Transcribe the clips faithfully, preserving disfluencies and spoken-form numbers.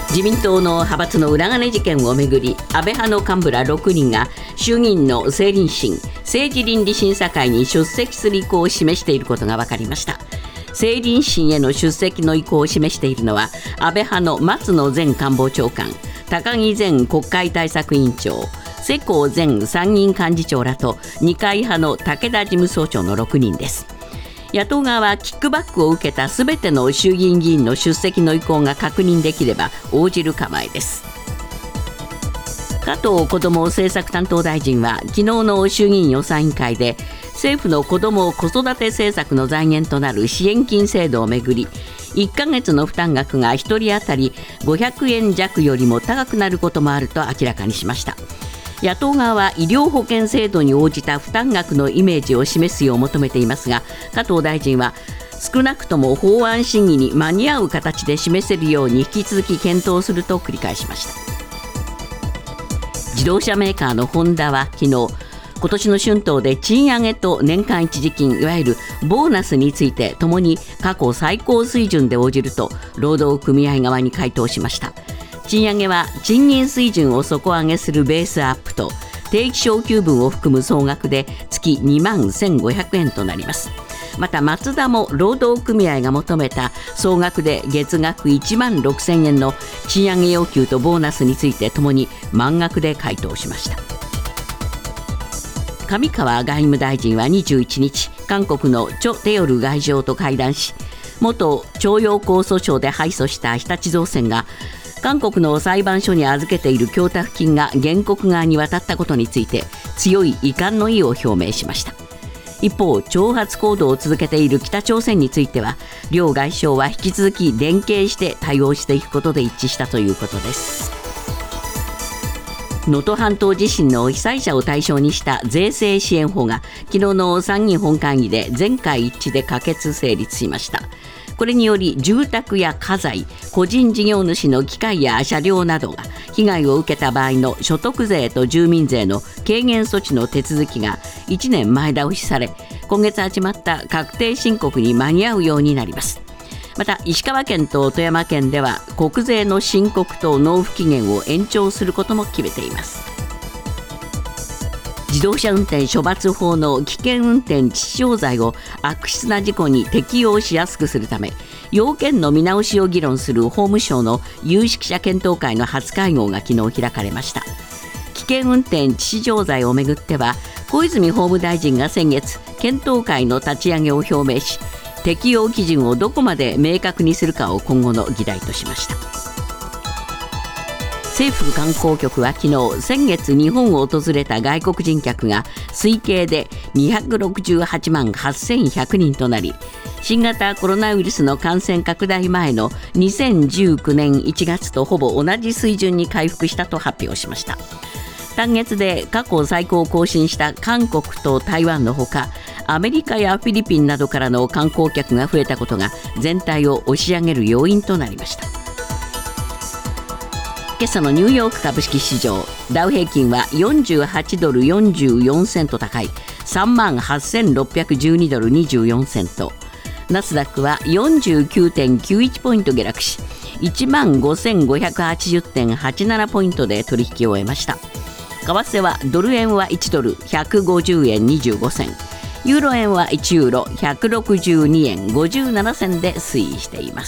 自民党の派閥の裏金事件をめぐり、安倍派の幹部らろくにんが衆議院の政倫審政治倫理審査会に出席する意向を示していることが分かりました。政倫審への出席の意向を示しているのは、安倍派の松野前官房長官、高木前国会対策委員長、世耕前参議院幹事長らと二階派の武田事務総長のろくにんです。野党側はキックバックを受けたすべての衆議院議員の出席の意向が確認できれば応じる構えです。加藤子ども政策担当大臣は昨日の衆議院予算委員会で、政府の子ども子育て政策の財源となる支援金制度をめぐり、いっかげつの負担額がひとり当たりごひゃくえん弱よりも高くなることもあると明らかにしました。野党側は医療保険制度に応じた負担額のイメージを示すよう求めていますが、加藤大臣は少なくとも法案審議に間に合う形で示せるように引き続き検討すると繰り返しました。自動車メーカーのホンダは昨日、今年の春闘で賃上げと年間一時金、いわゆるボーナスについてともに過去最高水準で応じると労働組合側に回答しました。賃上げは賃金水準を底上げするベースアップと定期昇給分を含む総額で月にまんせんごひゃくえんとなります。またマツダも労働組合が求めた総額で月額いちまんろくせんえんの賃上げ要求とボーナスについてともに満額で回答しました。上川外務大臣はにじゅういちにち、韓国のチョ・テヨル外相と会談し、元徴用工訴訟で敗訴した日立造船が韓国の裁判所に預けている供託金が原告側に渡ったことについて強い遺憾の意を表明しました。一方、挑発行動を続けている北朝鮮については、両外相は引き続き連携して対応していくことで一致したということです。能登半島地震の被災者を対象にした税制支援法が昨日の参議院本会議で全会一致で可決成立しました。これにより住宅や家財、個人事業主の機械や車両などが被害を受けた場合の所得税と住民税の軽減措置の手続きがいちねんまえ倒しされ、今月始まった確定申告に間に合うようになります。また石川県と富山県では国税の申告と納付期限を延長することも決めています。自動車運転処罰法の危険運転致死傷罪を悪質な事故に適用しやすくするため、要件の見直しを議論する法務省の有識者検討会の初会合が昨日開かれました。危険運転致死傷罪をめぐっては、小泉法務大臣が先月検討会の立ち上げを表明し、適用基準をどこまで明確にするかを今後の議題としました。政府観光局は昨日、先月日本を訪れた外国人客が推計でにひゃくろくじゅうはちまんはっせんひゃくにんとなり、新型コロナウイルスの感染拡大前のにせんじゅうきゅうねんいちがつとほぼ同じ水準に回復したと発表しました。単月で過去最高を更新した韓国と台湾のほか、アメリカやフィリピンなどからの観光客が増えたことが全体を押し上げる要因となりました。今朝のニューヨーク株式市場、ダウ平均はよんじゅうはちドルよんじゅうよんセント高い さんまんはっせんろっぴゃくじゅうにドルにじゅうよんセント、ナスダックは よんじゅうきゅうてんきゅういち ポイント下落し いちまんごせんごひゃくはちじゅうてんはちなな ポイントで取引を終えました。為替はドル円はいちドルひゃくごじゅうえんにじゅうごせん、ユーロ円はいちユーロひゃくろくじゅうにえんごじゅうななせんで推移しています。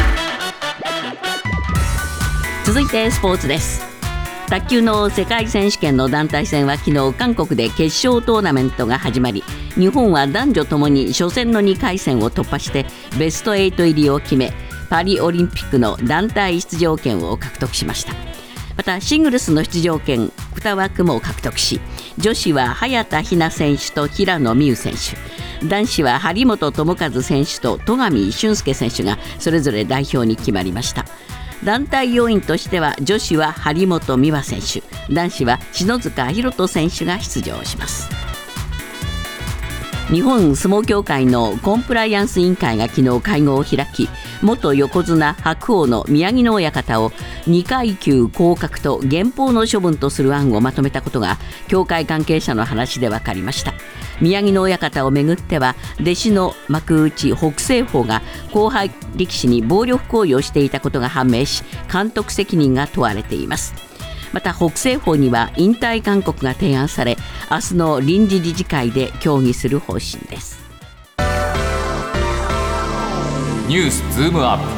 続いてスポーツです。卓球の世界選手権の団体戦は昨日韓国で決勝トーナメントが始まり、日本は男女ともに初戦のにかい戦を突破してベストはち入りを決め、パリオリンピックの団体出場権を獲得しました。またシングルスの出場権に枠も獲得し、女子は早田ひな選手と平野美宇選手、男子は張本智和選手と戸上隼輔選手がそれぞれ代表に決まりました。団体要員としては女子は張本美和選手、男子は篠塚大翔選手が出場します。 日本相撲協会のコンプライアンス委員会が昨日会合を開き、元横綱白鵬の宮城野親方をにかいきゅう降格と減俸の処分とする案をまとめたことが協会関係者の話で分かりました。宮城野親方をめぐっては、弟子の幕内北青鵬が後輩力士に暴力行為をしていたことが判明し、監督責任が問われています。また北青鵬には引退勧告が提案され、明日の臨時理事会で協議する方針です。 ニュースズームアップ。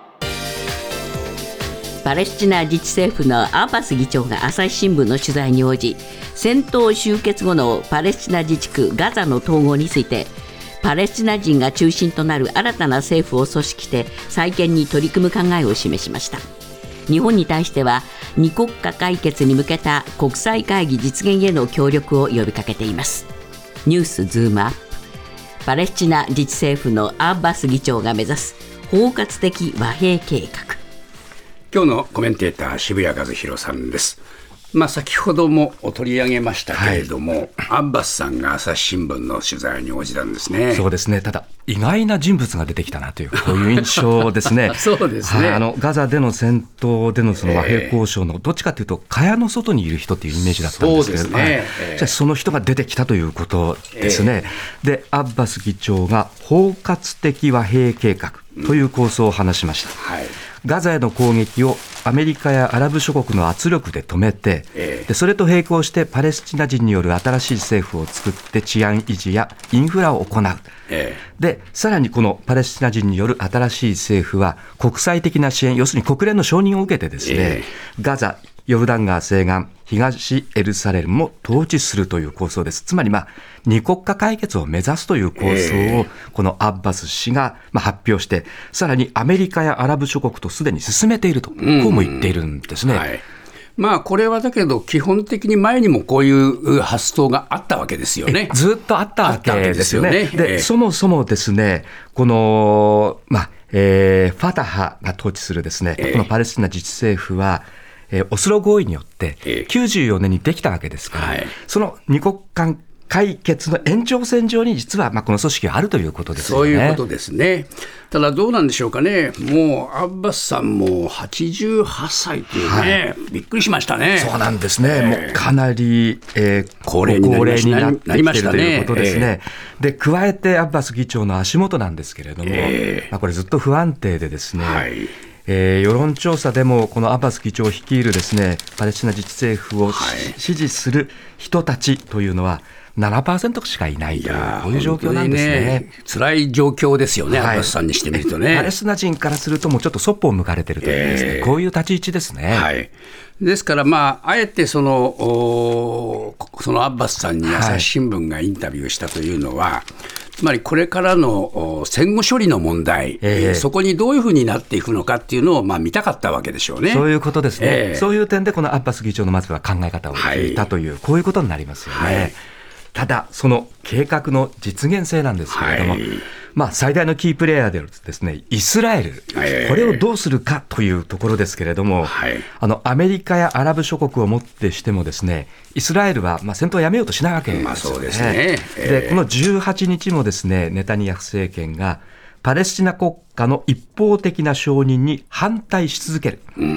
パレスチナ自治政府のアッバス議長が朝日新聞の取材に応じ、戦闘終結後のパレスチナ自治区ガザの統合について、パレスチナ人が中心となる新たな政府を組織して再建に取り組む考えを示しました。日本に対しては二国家解決に向けた国際会議実現への協力を呼びかけています。ニュースズームアップ。パレスチナ自治政府のアッバス議長が目指す包括的和平計画。 今日のコメンテーター渋谷和弘さんです。まあ、先ほども取り上げましたけれども、はい、アッバスさんが朝日新聞の取材に応じたんですね。 そうですね。ただ意外な人物が出てきたなというこういう印象ですね。 そうですね、 はい、あのガザでの戦闘でのその和平交渉のどっちかというと蚊帳の外にいる人というイメージだったんですけれども、そうですね、はい、じゃあその人が出てきたということですね。でアッバス議長が包括的和平計画という構想を話しました、うん、はい、ガザへの攻撃をアメリカやアラブ諸国の圧力で止めて、えー、でそれと並行してパレスチナ人による新しい政府を作って治安維持やインフラを行う、えー、でさらにこのパレスチナ人による新しい政府は国際的な支援、要するに国連の承認を受けてですね、えー、ガザ、ヨルダン川西岸、東エルサレムも統治するという構想です。つまり、まあ、二国家解決を目指すという構想をこのアッバス氏がまあ発表して、さらにアメリカやアラブ諸国とすでに進めていると、こうも言っているんですね。 はい、まあ、これはだけど基本的に前にもこういう発想があったわけですよね。 ずっとあったわけですよね。で、えー、そもそもですね、この、まあえー、ファタハが統治するですね、えー、このパレスチナ自治政府はえー、オスロ合意によってきゅうじゅうよねんにできたわけですから、はい、その二国間解決の延長線上に実はまあこの組織があるということですよね。 そういうことですね。ただどうなんでしょうかね。もうアッバスさんもはちじゅうはっさいというね、はい、びっくりしましたね。 そうなんですね、えー、もうかなり、えー、高齢になってきているということですね、えー、で加えてアッバス議長の足元なんですけれども、えーまあ、これずっと不安定でですね、はい、えー、世論調査でもこのアッバス議長を率いるですねパレスチナ自治政府を、はい、支持する人たちというのはななパーセント しかいないという、こういう状況なんですね。ね、 辛い状況ですよね、はい、アッバスさんにしてみるとね。 パレスチナ人からするともうちょっとそっぽを向かれているというですね、えー、こういう立ち位置ですね。 はい、ですから、まあ、あえてその、そのアッバスさんに朝日新聞がインタビューしたというのは、はい、つまりこれからの戦後処理の問題、えー、そこにどういうふうになっていくのかっていうのをまあ見たかったわけでしょうね。 そういうことですね、えー、そういう点でこのアッバス議長のまずは考え方を聞いたという、はい、こういうことになりますよね。はい、ただその計画の実現性なんですけれども、はい、まあ、最大のキープレイヤーであるですね、イスラエル、これをどうするかというところですけれども、はい、あのアメリカやアラブ諸国をもってしてもですね、イスラエルはまあ戦闘をやめようとしないわけですよね。まあ、そうですね。でこのじゅうはちにちもですね、ネタニヤフ政権がパレスチナ国家の一方的な承認に反対し続ける。うん、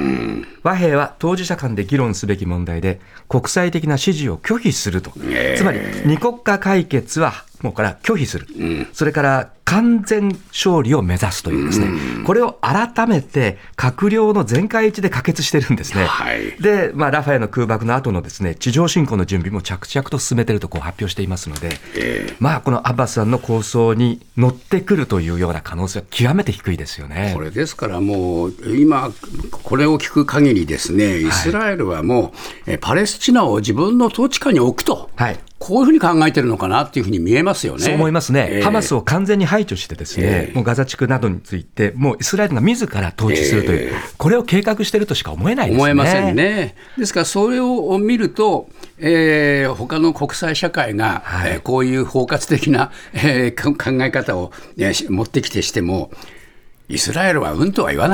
和平は当事者間で議論すべき問題で国際的な支持を拒否すると、えー、つまり二国家解決はもうから拒否する、うん、それから完全勝利を目指すというですね、うん、これを改めて閣僚の全会一致で可決してるんですね。はい、で、まあ、ラファエの空爆の後のですね、地上侵攻の準備も着々と進めているとこう発表していますので、えーまあ、このアッバスさんの構想に乗ってくるというような可能性は極めて低いですよね。 これですからもう今これを聞く限りですね、イスラエルはもう、はい、パレスチナを自分の統治下に置くと、はい、こういうふうに考えてるのかなっていうふうに見えますよね。 そう思いますね、えー、ハマスを完全に排除してですね、えー、もうガザ地区などについてもうイスラエルが自ら統治するという、えー、これを計画しているとしか思えないですね。 思えませんね。ですからそれを見ると、えー、他の国際社会が、はい、えー、こういう包括的な、えー、考え方を、ね、持ってきてしてもイスラエルはうんとは言わない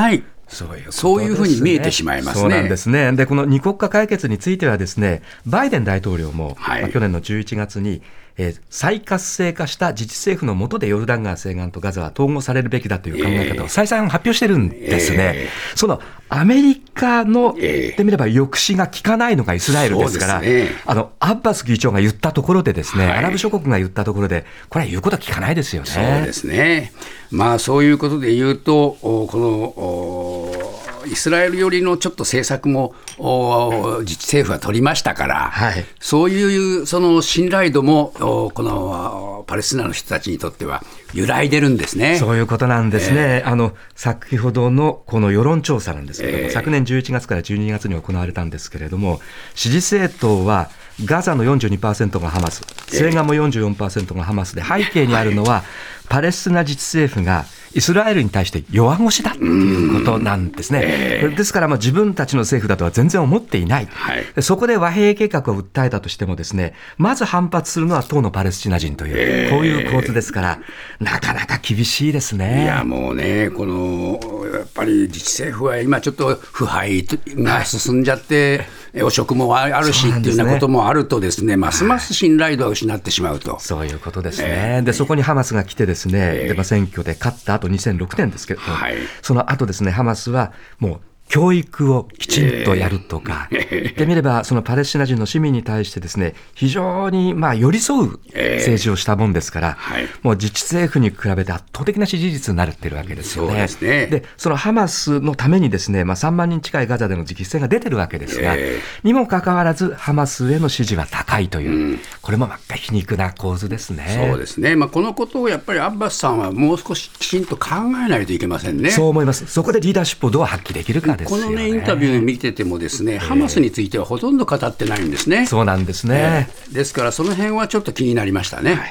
そういう、そういうふうに見えてしまいますね。 そうなんですね。で、この二国家解決についてはですね、バイデン大統領も、 はい、 まあ、去年のじゅういちがつに、えー、再活性化した自治政府の下でヨルダン川西岸とガザは統合されるべきだという考え方を再三発表してるんですね。えー、そのアメリカの言ってみれば抑止が効かないのがイスラエルですから、ね、あのアッバス議長が言ったところでですね、はい、アラブ諸国が言ったところでこれは言うことは聞かないですよね。 そうですね。まあそういうことで言うとこのイスラエル寄りのちょっと政策も自治政府は取りましたから、はい、そういうその信頼度もこのパレスチナの人たちにとっては揺らいでるんですね。 そういうことなんですね。えー、あの先ほどのこの世論調査なんですけれども、えー、昨年じゅういちがつからじゅうにがつに行われたんですけれども、支持政党はガザの よんじゅうにパーセント がハマス、西岸も よんじゅうよんパーセント がハマスで、背景にあるのはパレスチナ自治政府がイスラエルに対して弱腰だということなんですね。えー、ですからまあ自分たちの政府だとは全然思っていない、はい、そこで和平計画を訴えたとしてもですね、まず反発するのは当のパレスチナ人という、えー、こういう構図ですから、なかなか厳しいですね。 いやもうね、このやっぱり自治政府は今ちょっと腐敗が進んじゃって、はい、汚職もあるしっていうようなこともあるとですね、ますます信頼度を失ってしまうと、 そういうことですね。えー、でそこにハマスが来てですね、えー、でまあ、選挙で勝った後にせんろくねんですけども、はい、その後ですね、ハマスはもう教育をきちんとやるとか、えー、言ってみればそのパレスチナ人の市民に対してですね、非常にまあ寄り添う政治をしたもんですから、えーはい、もう自治政府に比べて圧倒的な支持率になっているわけですよね。そうですね。でそのハマスのためにですね、まあ、さんまんにん近いガザでの実戦が出てるわけですが、えー、にもかかわらずハマスへの支持は高いという、うん、これもまた皮肉な構図ですね。 そうですね。まあ、このことをやっぱりアッバスさんはもう少しきちんと考えないといけませんね。 そう思います。そこでリーダーシップをどう発揮できるかですよね。 このね、インタビュー見ててもですね、えー、ハマスについてはほとんど語ってないんですね。 そうなんですね。 えー、ですからその辺はちょっと気になりましたね。はい、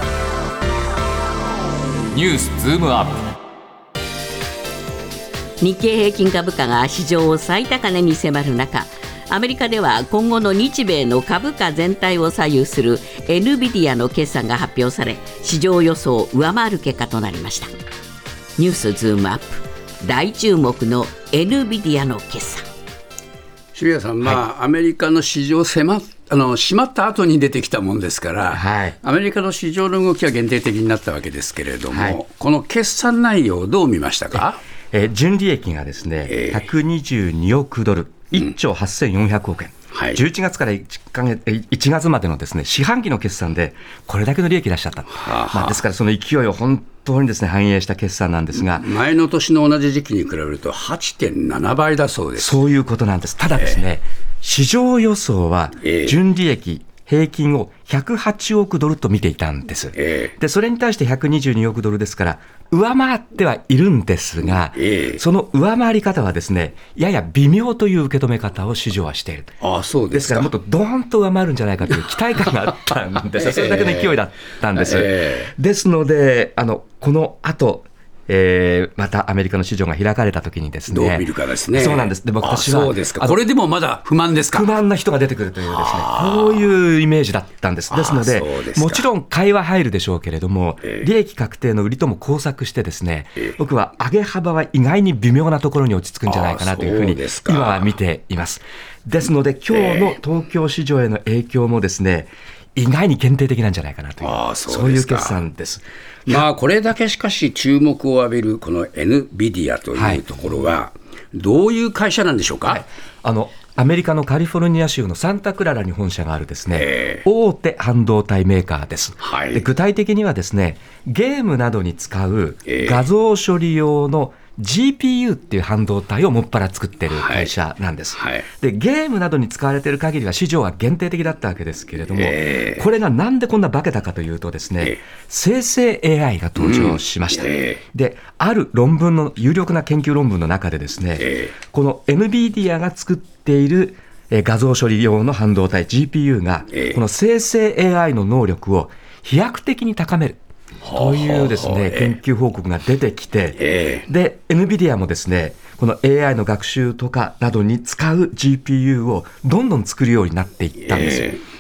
ニュースズームアップ。日経平均株価が市場を最高値に迫る中、アメリカでは今後の日米の株価全体を左右する エヌビディア の決算が発表され、市場予想を上回る結果となりました。ニュースズームアップ、大注目の エヌビディア の決算。 渋谷さん、まあはい、アメリカの市場狭あの閉まった後に出てきたもんですから、はい、アメリカの市場の動きは限定的になったわけですけれども、はい、この決算内容をどう見ましたか？ えー、純利益がですね、えー、ひゃくにじゅうにおくドル、いっちょうはっせんよんひゃくおくえん、はい、じゅういちがつからいちかげついちがつまでのですね、四半期の決算でこれだけの利益出しちゃった、はあまあ、ですからその勢いを本当にですね反映した決算なんですが、 前の年の同じ時期に比べると はちてんななばいだそうです。 そういうことなんです。ただですね、えー、市場予想は純利益平均をひゃくはちおくドルと見ていたんです、えー、でそれに対してひゃくにじゅうにおくドルですから上回ってはいるんですが、えー、その上回り方はですねやや微妙という受け止め方を市場はしている。 ああ、そうですか。 ですからもっとドーンと上回るんじゃないかという期待感があったんです、えー、それだけの勢いだったんです、えー、ですのであのこの後えー、またアメリカの市場が開かれたときにですね、 どう見るかですね。 そうなんです。で僕たちはそうですか。これでもまだ不満ですか？ 不満な人が出てくるというですね、こういうイメージだったんです。ですので、でもちろん買いは入るでしょうけれども、えー、利益確定の売りとも交錯してですね、えー、僕は上げ幅は意外に微妙なところに落ち着くんじゃないかなというふうに今は見ています。ですので今日の東京市場への影響もですね、意外に限定的なんじゃないかなという、あ、そうですか。そういう決算です。 まあ、これだけしかし注目を浴びるこの エヌビディア というところはどういう会社なんでしょうか？はい、 あのアメリカのカリフォルニア州のサンタクララに本社があるですね、えー、大手半導体メーカーです。はい、で具体的にはですね、ゲームなどに使う画像処理用のジーピーユー っていう半導体をもっぱら作っている会社なんです、はいはい、でゲームなどに使われている限りは市場は限定的だったわけですけれども、えー、これがなんでこんな化けたかというとですね、えー、生成 エーアイ が登場しました、うんえー、である論文の有力な研究論文の中でですね、えー、この エヌビディア が作っている画像処理用の半導体 ジーピーユー がこの生成 エーアイ の能力を飛躍的に高めるというですね、研究報告が出てきて、で エヌビディア もですねこの エーアイ の学習とかなどに使う ジーピーユー をどんどん作るようになっていったんですよ。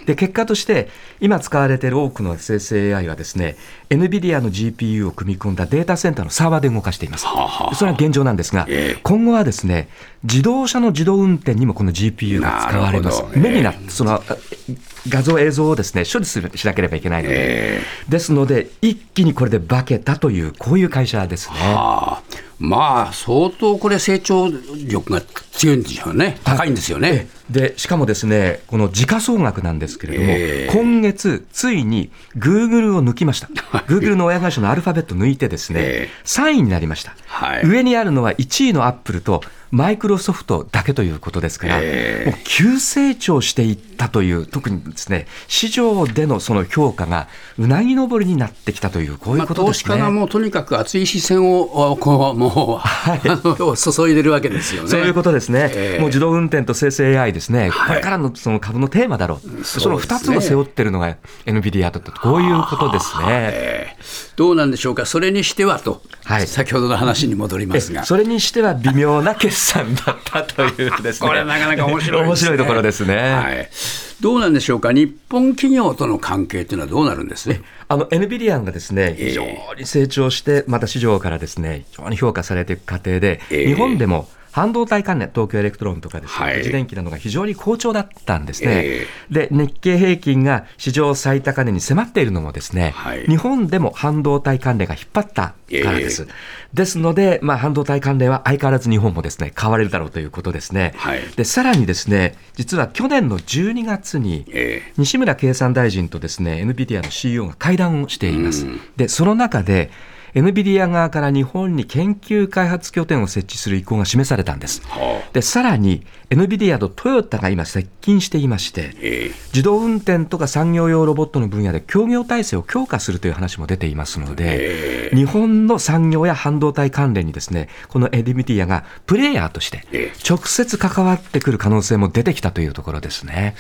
で結果として今使われている多くの生成 エーアイ はですね エヌビディア の ジーピーユー を組み込んだデータセンターのサーバーで動かしています。それは現状なんですが、えー、今後はですね自動車の自動運転にもこの ジーピーユー が使われます。目になってその画像映像をですね処理するしなければいけないので、えー、ですので一気にこれで化けたというこういう会社ですね。 はあ、まあ相当これ成長力が強いんでしょうね。高いんですよね。 でしかもですねこの時価総額なんですけれども、えー、今月ついにグーグルを抜きました。グーグルの親会社のアルファベット抜いてですね、えー、さんいになりました、はい、上にあるのはいちいのアップルとマイクロソフトだけということですから、えー、もう急成長していったという、特にですね市場でのその評価がうなぎ登りになってきたというこういうことですね。 まあ、投資家がもうとにかく熱い視線をこうもう、はい、あの注いでるわけですよね。 そういうことですね、えー、もう自動運転と生成 エーアイ ですね、はい、これからのその株のテーマだろう、はい、そのふたつを背負っているのが エヌビディア とこういうことですね。 えー、どうなんでしょうか。それにしてはと、はい、先ほどの話に戻りますが、 それにしては微妙な決算だったというですねこれはなかなか面白いですね。 面白いところですね。 はい、どうなんでしょうか。日本企業との関係というのはどうなるんですね。 あの エヌビディア がですね非常に成長して、また市場からですね非常に評価されていく過程で、えー、日本でも半導体関連、東京エレクトロンとかですね、はい、富士電機などが非常に好調だったんですね、えー、で日経平均が史上最高値に迫っているのもですね、はい、日本でも半導体関連が引っ張ったからです、えー、ですので、まあ、半導体関連は相変わらず日本もですね買われるだろうということですね、はい、でさらにですね実は去年のじゅうにがつに西村経産大臣とですね エヌビディア の シーイーオー が会談をしています。でその中でエヌビディア 側から日本に研究開発拠点を設置する意向が示されたんです。でさらに エヌビディア とトヨタが今接近していまして、えー、自動運転とか産業用ロボットの分野で協業体制を強化するという話も出ていますので、えー、日本の産業や半導体関連にですねこの エヌビディア がプレイヤーとして直接関わってくる可能性も出てきたというところですね。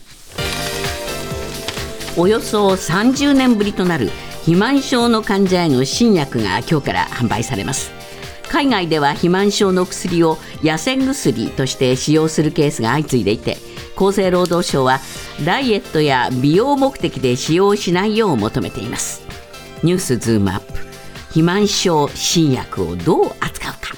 およそさんじゅうねんぶりとなる肥満症の患者への新薬が今日から販売されます。海外では肥満症の薬を野戦薬として使用するケースが相次いでいて、厚生労働省はダイエットや美容目的で使用しないよう求めています。ニュースズームアップ、肥満症新薬をどう扱うか。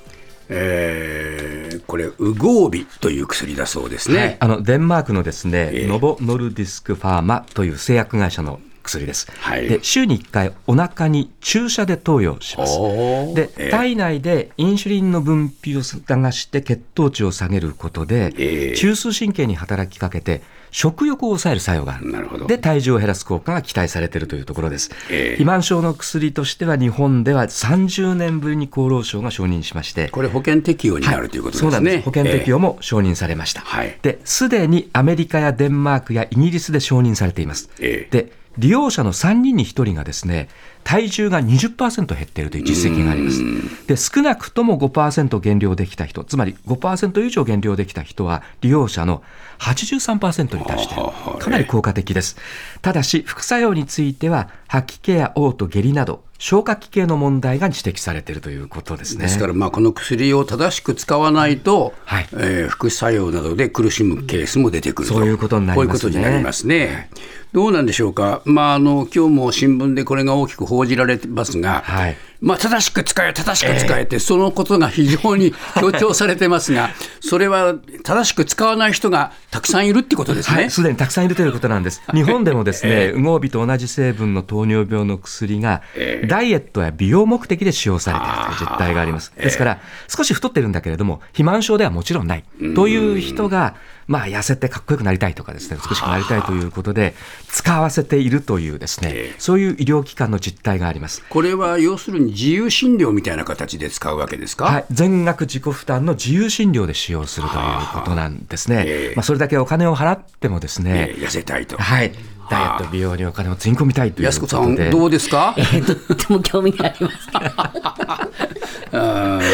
えー、これウゴービという薬だそうですね、はい、 あのデンマークのですね、えー、ノボノルディスクファーマという製薬会社の薬です、はい、で週にいっかいお腹に注射で投与します。で、えー、体内でインシュリンの分泌を促して血糖値を下げることで、えー、中枢神経に働きかけて食欲を抑える作用がある。なるほど。で体重を減らす効果が期待されているというところです、えー、肥満症の薬としては日本ではさんじゅうねんぶりに厚労省が承認しまして、 これ保険適用になる、はい、ということですね。 そうなんです。保険適用も承認されました、えー、ですでにアメリカやデンマークやイギリスで承認されています、えー、で利用者のさんにんにひとりがですね体重が にじゅっパーセント 減っているという実績があります。で少なくとも ごパーセント 減量できた人、つまり ごパーセント 以上減量できた人は利用者の はちじゅうさんパーセント に達している。かなり効果的です。ただし副作用については吐き気や嘔吐、下痢など消化器系の問題が指摘されているということですね。 ですからまあこの薬を正しく使わないと、はい、えー、副作用などで苦しむケースも出てくると、 そういうことになりますね。 こういうことになりますね。どうなんでしょうか。まあ、あの今日も新聞でこれが大きく報じられてますが、はい、まあ、正しく使え正しく使えて、えー、そのことが非常に強調されてますが、それは正しく使わない人がたくさんいるってことですね。 すで、はい、にたくさんいるということなんです。日本でもですね、えー、ウゴービと同じ成分の糖尿病の薬が、えー、ダイエットや美容目的で使用されているという実態があります。ですから、えー、少し太ってるんだけれども肥満症ではもちろんないという人が、まあ、痩せてかっこよくなりたいとかですね、美しくなりたいということで使わせているというですね、えー、そういう医療機関の実態があります。 これは要するに自由診療みたいな形で使うわけですか。 はい、全額自己負担の自由診療で使用するということなんですね、えーまあ、それだけお金を払ってもですね、 えー、痩せたいと、 はい、ダイエット美容にお金をつぎ込みたいということで。 安子さんどうですか。 えー、とっても興味があります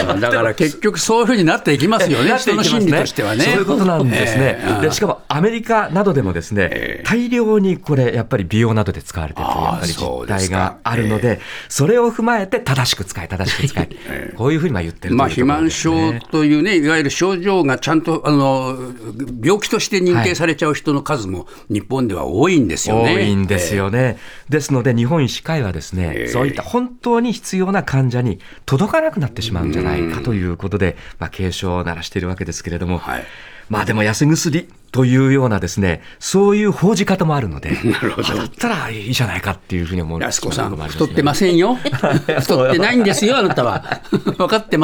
だから結局そういうふうになっていきますよね、人の心理としてはね。 そういうことなんですね。えー、でしかもアメリカなどでもですね、えー、大量にこれやっぱり美容などで使われているというやっぱり実態があるので、それを踏まえて正しく使い正しく使い、えー、こういうふうに言ってるというところですね。まあ、肥満症というね、いわゆる症状がちゃんとあの病気として認定されちゃう人の数も日本では多いんですよね。 多いんですよね。えー、ですので日本医師会はですね、えー、そういった本当に必要な患者に届かなくなってしまうんじゃないかということで、まあ、警鐘を鳴らしているわけですけれども、はい、まあでも痩せ薬というようなですね、そういう報じ方もあるので、なるほど、だったらいいじゃないかっていうふうに思う。 安子さん、太ってませんよ。太ってないんですよ、あなたは。分かってます？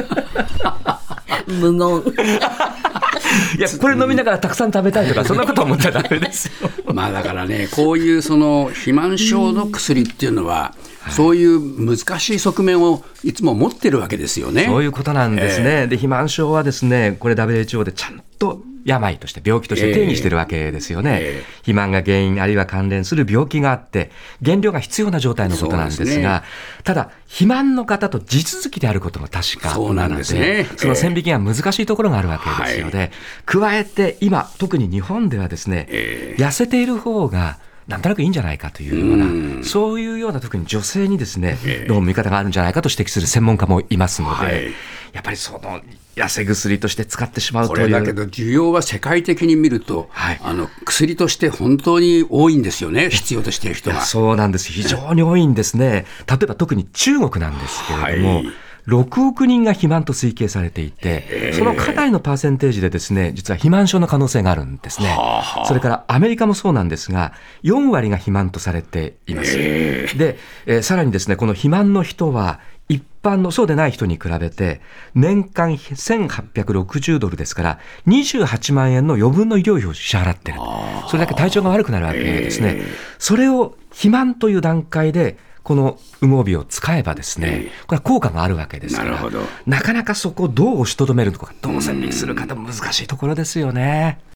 無言。 いや、これ飲みながらたくさん食べたいとかそんなこと思っちゃダメですよ。 まあだからね、こういうその肥満症の薬っていうのは、うん、そういう難しい側面をいつも持ってるわけですよね。 そういうことなんですね。えー、で肥満症はですね、これ ダブリューエイチオー でちゃんと病として病気として定義してるわけですよね。えーえー、肥満が原因あるいは関連する病気があって減量が必要な状態のことなんですが、すね、ただ肥満の方と地続きであることも確かなので、そうなんですね。その線引きが難しいところがあるわけですよね。はい、加えて今特に日本ではですね、えー、痩せている方がなんとなくいいんじゃないかというような、うん、そういうような特に女性にですね、えー、どうも見方があるんじゃないかと指摘する専門家もいますので、はい、やっぱりその痩せ薬として使ってしまうという。 これだけど需要は世界的に見ると、はい、あの薬として本当に多いんですよね、必要としている人が。 そうなんです、非常に多いんですね。例えば特に中国なんですけれども、はい、ろくおくにんが肥満と推計されていて、そのかなりのパーセンテージでですね、実は肥満症の可能性があるんですね。それからアメリカもそうなんですが、よんわりが肥満とされています。で、えー、さらにですね、この肥満の人は一般のそうでない人に比べて年間せんはっぴゃくろくじゅうドルですからにじゅうはちまんえんの余分の医療費を支払っている。それだけ体調が悪くなるわけですね。それを肥満という段階でこの羽毛帯を使えばですね、これは効果があるわけですから、 なるほど、なかなかそこをどう押しとどめるのか、どう線引きするかと難しいところですよね。